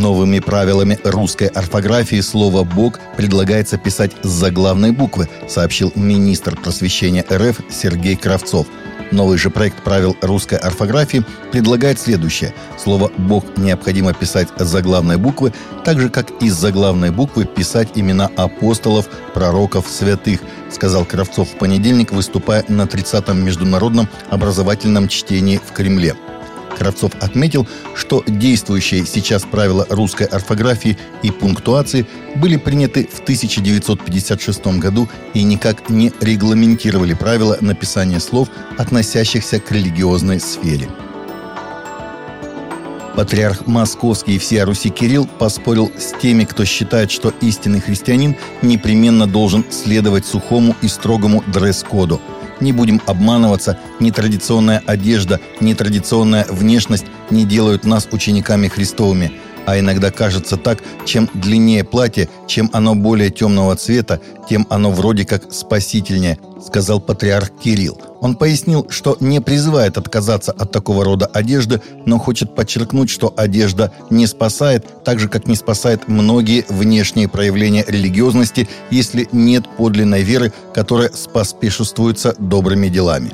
Новыми правилами русской орфографии слово «Бог» предлагается писать с заглавной буквы, сообщил министр просвещения РФ Сергей Кравцов. Новый же проект правил русской орфографии предлагает следующее. Слово «Бог» необходимо писать с заглавной буквы, так же, как и с заглавной буквы писать имена апостолов, пророков, святых, сказал Кравцов в понедельник, выступая на 30-м международном образовательном чтении в Кремле. Кравцов отметил, что действующие сейчас правила русской орфографии и пунктуации были приняты в 1956 году и никак не регламентировали правила написания слов, относящихся к религиозной сфере. Патриарх Московский и всея Руси Кирилл поспорил с теми, кто считает, что истинный христианин непременно должен следовать сухому и строгому дресс-коду. Не будем обманываться, нетрадиционная одежда, нетрадиционная внешность не делают нас учениками Христовыми. А иногда кажется так, чем длиннее платье, чем оно более темного цвета, тем оно вроде как спасительнее, сказал патриарх Кирилл. Он пояснил, что не призывает отказаться от такого рода одежды, но хочет подчеркнуть, что одежда не спасает, так же, как не спасает многие внешние проявления религиозности, если нет подлинной веры, которая споспешествуется добрыми делами.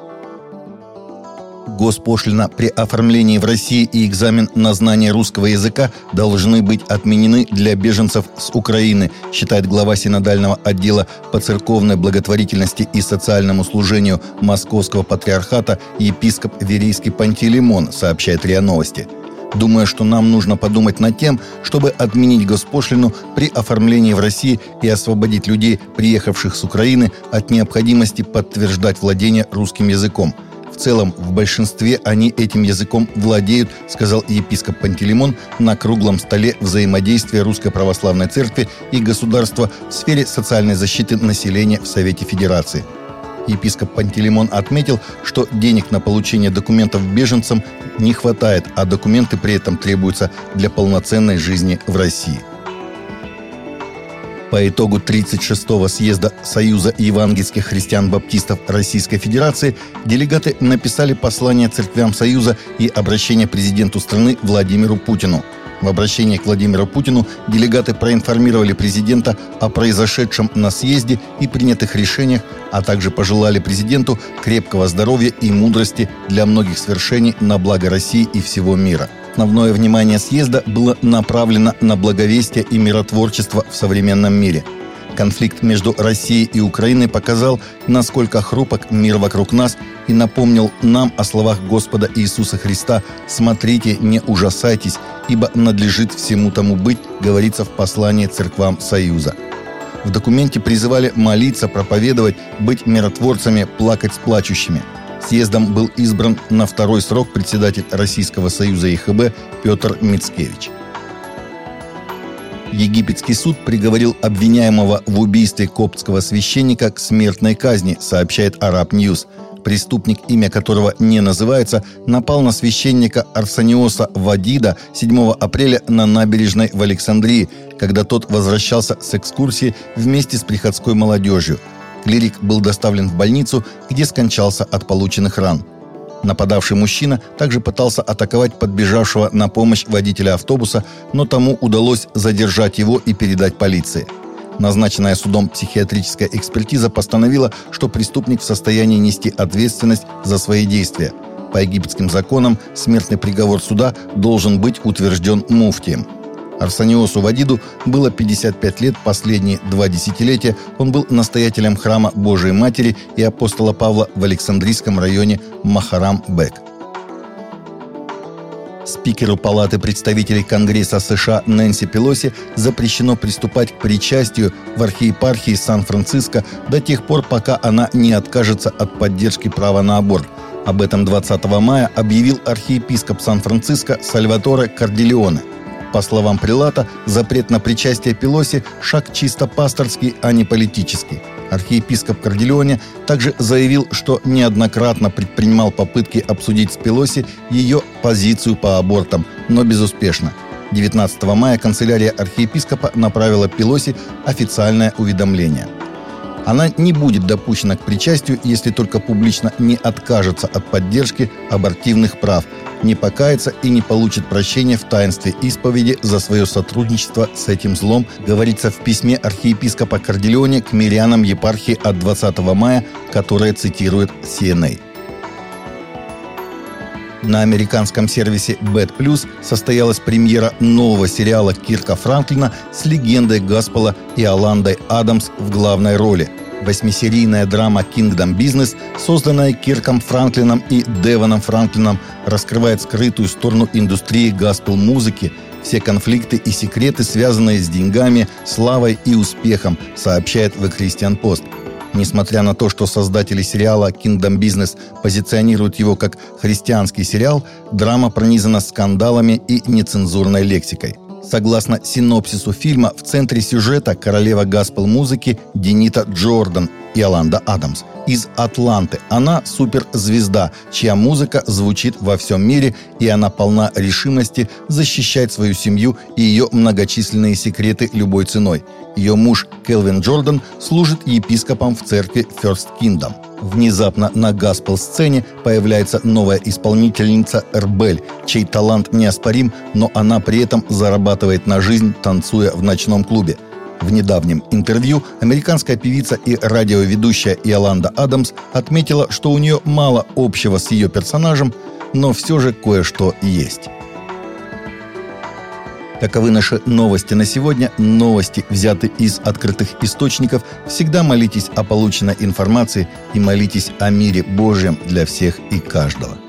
Госпошлина при оформлении в России и экзамен на знание русского языка должны быть отменены для беженцев с Украины, считает глава синодального отдела по церковной благотворительности и социальному служению Московского патриархата епископ Верийский Пантелеймон, сообщает РИА Новости. Думаю, что нам нужно подумать над тем, чтобы отменить госпошлину при оформлении в России и освободить людей, приехавших с Украины, от необходимости подтверждать владение русским языком. В целом, в большинстве они этим языком владеют, сказал епископ Пантелеймон на круглом столе взаимодействия Русской Православной Церкви и государства в сфере социальной защиты населения в Совете Федерации. Епископ Пантелеймон отметил, что денег на получение документов беженцам не хватает, а документы при этом требуются для полноценной жизни в России. По итогу 36-го съезда Союза евангельских христиан-баптистов Российской Федерации делегаты написали послание церквям Союза и обращение президенту страны Владимиру Путину. В обращении к Владимиру Путину делегаты проинформировали президента о произошедшем на съезде и принятых решениях, а также пожелали президенту крепкого здоровья и мудрости для многих свершений на благо России и всего мира. Основное внимание съезда было направлено на благовестие и миротворчество в современном мире. Конфликт между Россией и Украиной показал, насколько хрупок мир вокруг нас, и напомнил нам о словах Господа Иисуса Христа: «Смотрите, не ужасайтесь, ибо надлежит всему тому быть», говорится в послании церквам Союза. В документе призывали молиться, проповедовать, быть миротворцами, плакать с плачущими. Съездом был избран на второй срок председатель Российского Союза ЕХБ Петр Мицкевич. Египетский суд приговорил обвиняемого в убийстве коптского священника к смертной казни, сообщает Араб Ньюс. Преступник, имя которого не называется, напал на священника Арсаниоса Вадида 7 апреля на набережной в Александрии, когда тот возвращался с экскурсии вместе с приходской молодежью. Клирик был доставлен в больницу, где скончался от полученных ран. Нападавший мужчина также пытался атаковать подбежавшего на помощь водителя автобуса, но тому удалось задержать его и передать полиции. Назначенная судом психиатрическая экспертиза постановила, что преступник в состоянии нести ответственность за свои действия. По египетским законам смертный приговор суда должен быть утвержден муфтием. Арсаниосу Вадиду было 55 лет, последние 2 десятилетия он был настоятелем храма Божией Матери и апостола Павла в Александрийском районе Махарам-Бек. Спикеру Палаты представителей Конгресса США Нэнси Пелоси запрещено приступать к причастию в архиепархии Сан-Франциско до тех пор, пока она не откажется от поддержки права на аборт. Об этом 20 мая объявил архиепископ Сан-Франциско Сальваторе Кордильоне. По словам прелата, запрет на причастие Пелоси – шаг чисто пасторский, а не политический. Архиепископ Кордильоне также заявил, что неоднократно предпринимал попытки обсудить с Пелоси ее позицию по абортам, но безуспешно. 19 мая канцелярия архиепископа направила Пелоси официальное уведомление. Она не будет допущена к причастию, если только публично не откажется от поддержки абортивных прав, не покается и не получит прощения в таинстве исповеди за свое сотрудничество с этим злом, говорится в письме архиепископа Кордильоне к мирянам епархии от 20 мая, которое цитирует CNA. На американском сервисе BET+ состоялась премьера нового сериала Кирка Франклина с легендой Госпела Иоландой Адамс в главной роли. 8-серийная драма «Kingdom Business», созданная Кирком Франклином и Девоном Франклином, раскрывает скрытую сторону индустрии госпел-музыки, все конфликты и секреты, связанные с деньгами, славой и успехом, сообщает The Christian Post. Несмотря на то, что создатели сериала Kingdom Business позиционируют его как христианский сериал, драма пронизана скандалами и нецензурной лексикой. Согласно синопсису фильма, в центре сюжета королева госпел-музыки Денита Джордан, Иоланда Адамс, из Атланты. Она суперзвезда, чья музыка звучит во всем мире, и она полна решимости защищать свою семью и ее многочисленные секреты любой ценой. Ее муж Келвин Джордан служит епископом в церкви First Kingdom. Внезапно на госпел-сцене появляется новая исполнительница Эрбель, чей талант неоспорим, но она при этом зарабатывает на жизнь, танцуя в ночном клубе. В недавнем интервью американская певица и радиоведущая Иоланда Адамс отметила, что у нее мало общего с ее персонажем, но все же кое-что есть. Таковы наши новости на сегодня. Новости взяты из открытых источников. Всегда молитесь о полученной информации и молитесь о мире Божьем для всех и каждого.